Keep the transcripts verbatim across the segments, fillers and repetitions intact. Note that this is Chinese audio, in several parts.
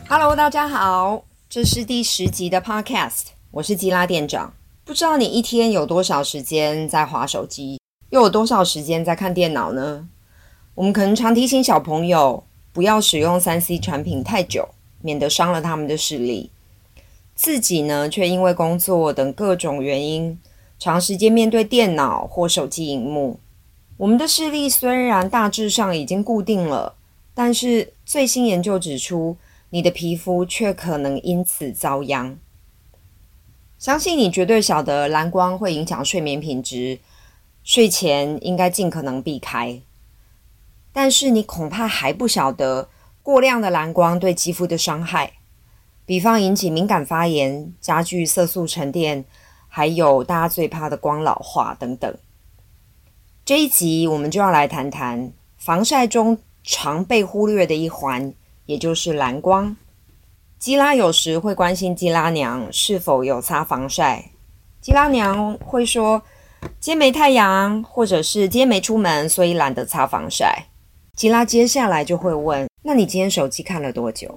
Hello， 大家好，这是第十集的 Podcast， 我是基拉店长。不知道你一天有多少时间在滑手机，又有多少时间在看电脑呢？我们可能常提醒小朋友不要使用 三 C 产品太久，免得伤了他们的视力。自己呢，却因为工作等各种原因，长时间面对电脑或手机荧幕。我们的视力虽然大致上已经固定了，但是最新研究指出，你的皮肤却可能因此遭殃。相信你绝对晓得蓝光会影响睡眠品质，睡前应该尽可能避开。但是你恐怕还不晓得过量的蓝光对肌肤的伤害，比方引起敏感发炎、加剧色素沉淀，还有大家最怕的光老化等等。这一集我们就要来谈谈防晒中常被忽略的一环，也就是蓝光。基拉有时会关心基拉娘是否有擦防晒，基拉娘会说今天没太阳，或者是今天没出门，所以懒得擦防晒。基拉接下来就会问，那你今天手机看了多久？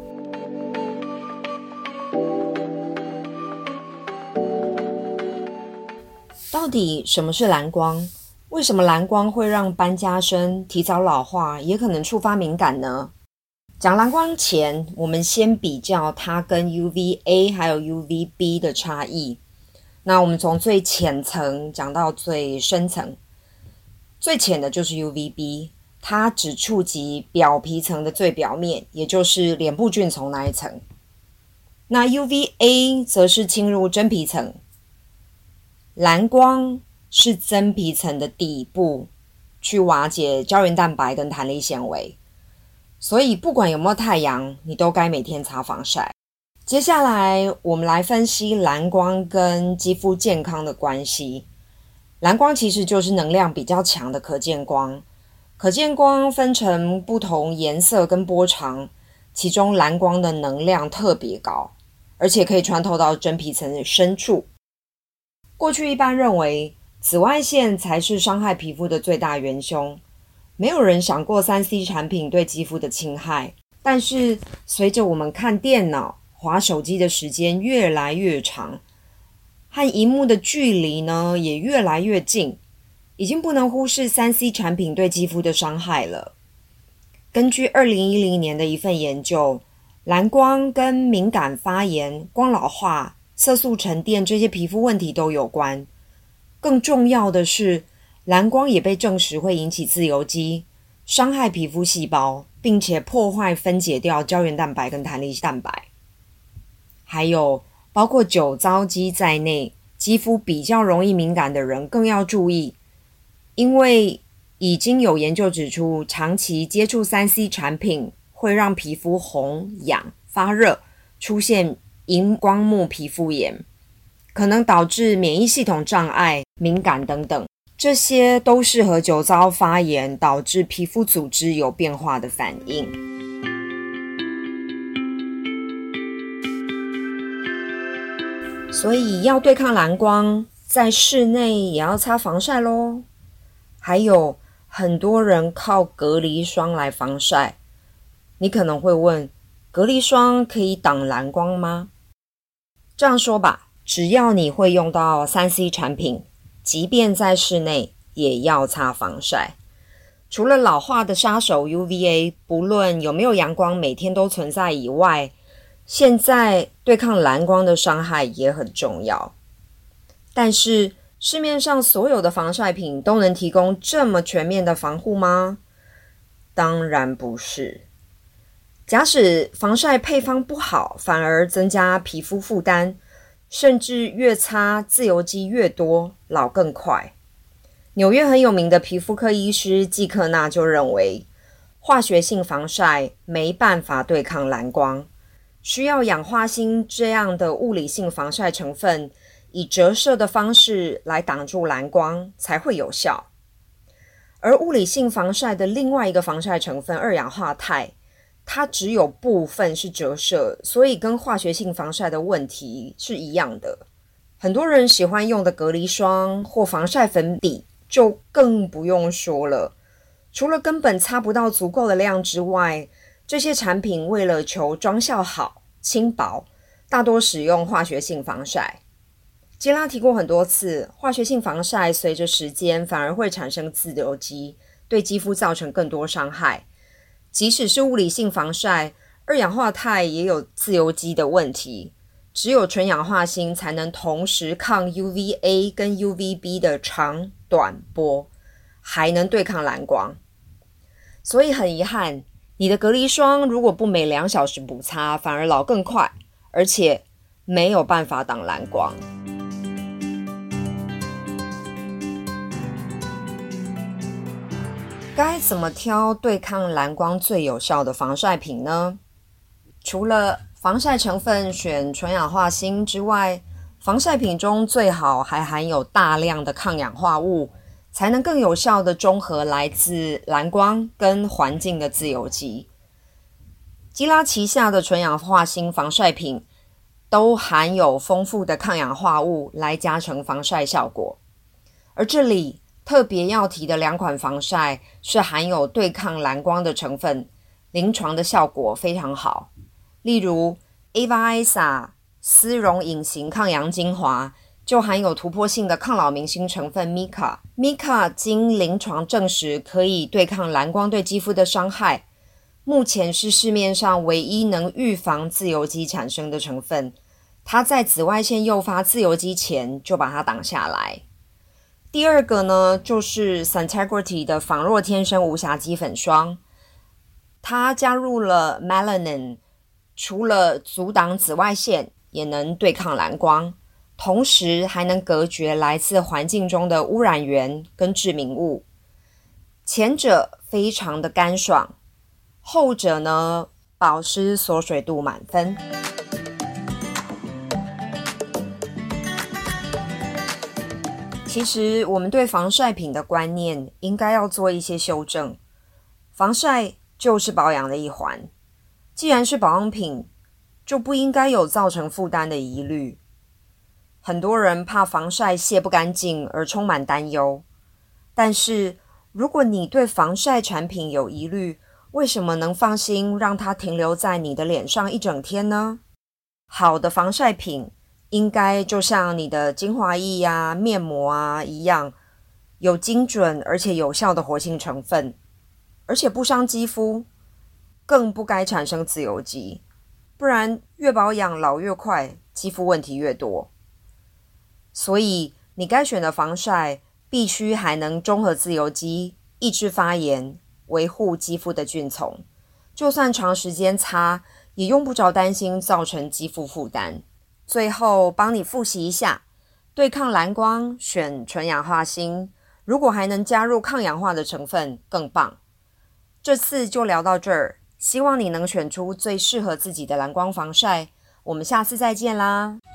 到底什么是蓝光？为什么蓝光会让斑加深、提早老化，也可能触发敏感呢？讲蓝光前，我们先比较它跟 U V A 还有 U V B 的差异。那我们从最浅层讲到最深层。最浅的就是 U V B， 它只触及表皮层的最表面，也就是脸部菌丛那一层。那 U V A 则是侵入真皮层。蓝光是真皮层的底部，去瓦解胶原蛋白跟弹力纤维。所以不管有没有太阳，你都该每天擦防晒。接下来我们来分析蓝光跟肌肤健康的关系。蓝光其实就是能量比较强的可见光。可见光分成不同颜色跟波长，其中蓝光的能量特别高，而且可以穿透到真皮层的深处。过去一般认为紫外线才是伤害皮肤的最大元凶，没有人想过 三 C 产品对肌肤的侵害。但是随着我们看电脑、滑手机的时间越来越长，和萤幕的距离呢也越来越近，已经不能忽视 三 C 产品对肌肤的伤害了。根据二零一零年的一份研究，蓝光跟敏感发炎、光老化、色素沉淀这些皮肤问题都有关。更重要的是，蓝光也被证实会引起自由基，伤害皮肤细胞，并且破坏分解掉胶原蛋白跟弹力蛋白。还有包括酒糟肌在内，肌肤比较容易敏感的人更要注意，因为已经有研究指出，长期接触 三 C 产品会让皮肤红、痒、发热，出现荧光幕皮肤炎，可能导致免疫系统障碍、敏感等等。这些都是和酒糟发炎导致皮肤组织有变化的反应。所以要对抗蓝光，在室内也要擦防晒咯。还有很多人靠隔离霜来防晒，你可能会问，隔离霜可以挡蓝光吗？这样说吧，只要你会用到 三 C 产品，即便在室内也要擦防晒。除了老化的杀手 U V A 不论有没有阳光每天都存在以外，现在对抗蓝光的伤害也很重要。但是市面上所有的防晒品都能提供这么全面的防护吗？当然不是。假使防晒配方不好，反而增加皮肤负担，甚至越擦自由基越多，老更快。纽约很有名的皮肤科医师季克纳就认为，化学性防晒没办法对抗蓝光，需要氧化锌这样的物理性防晒成分，以折射的方式来挡住蓝光才会有效。而物理性防晒的另外一个防晒成分二氧化钛，它只有部分是折射，所以跟化学性防晒的问题是一样的。很多人喜欢用的隔离霜或防晒粉底就更不用说了，除了根本擦不到足够的量之外，这些产品为了求妆效好， 轻薄，大多使用化学性防晒。吉拉提过很多次，化学性防晒随着时间反而会产生自由基，对肌肤造成更多伤害。即使是物理性防晒，二氧化钛也有自由基的问题，只有纯氧化锌才能同时抗 U V A 跟 U V B 的长短波，还能对抗蓝光。所以很遗憾，你的隔离霜如果不每两小时补擦，反而老更快，而且没有办法挡蓝光。该怎么挑对抗蓝光最有效的防晒品呢？除了防晒成分选纯氧化锌之外，防晒品中最好还含有大量的抗氧化物，才能更有效的中和来自蓝光跟环境的自由基。基拉旗下的纯氧化锌防晒品都含有丰富的抗氧化物来加成防晒效果，而这里特别要提的两款防晒是含有对抗蓝光的成分，临床的效果非常好。例如 Eva Esa 丝绒隐形抗阳精华就含有突破性的抗老明星成分 Mica。 Mica 经临床证实可以对抗蓝光对肌肤的伤害，目前是市面上唯一能预防自由基产生的成分，它在紫外线诱发自由基前就把它挡下来。第二个呢，就是 Santegrity 的仿若天生无瑕肌粉霜，它加入了 melanin， 除了阻挡紫外线，也能对抗蓝光，同时还能隔绝来自环境中的污染源跟致敏物。前者非常的干爽，后者呢，保湿锁水度满分。其实我们对防晒品的观念应该要做一些修正。防晒就是保养的一环，既然是保养品，就不应该有造成负担的疑虑。很多人怕防晒卸不干净而充满担忧，但是如果你对防晒产品有疑虑，为什么能放心让它停留在你的脸上一整天呢？好的防晒品应该就像你的精华液啊、面膜啊一样，有精准而且有效的活性成分，而且不伤肌肤，更不该产生自由基，不然越保养老越快，肌肤问题越多。所以你该选的防晒必须还能中和自由基，抑制发炎，维护肌肤的菌丛，就算长时间擦，也用不着担心造成肌肤负担。最后帮你复习一下，对抗蓝光选纯氧化锌，如果还能加入抗氧化的成分更棒。这次就聊到这儿，希望你能选出最适合自己的蓝光防晒，我们下次再见啦。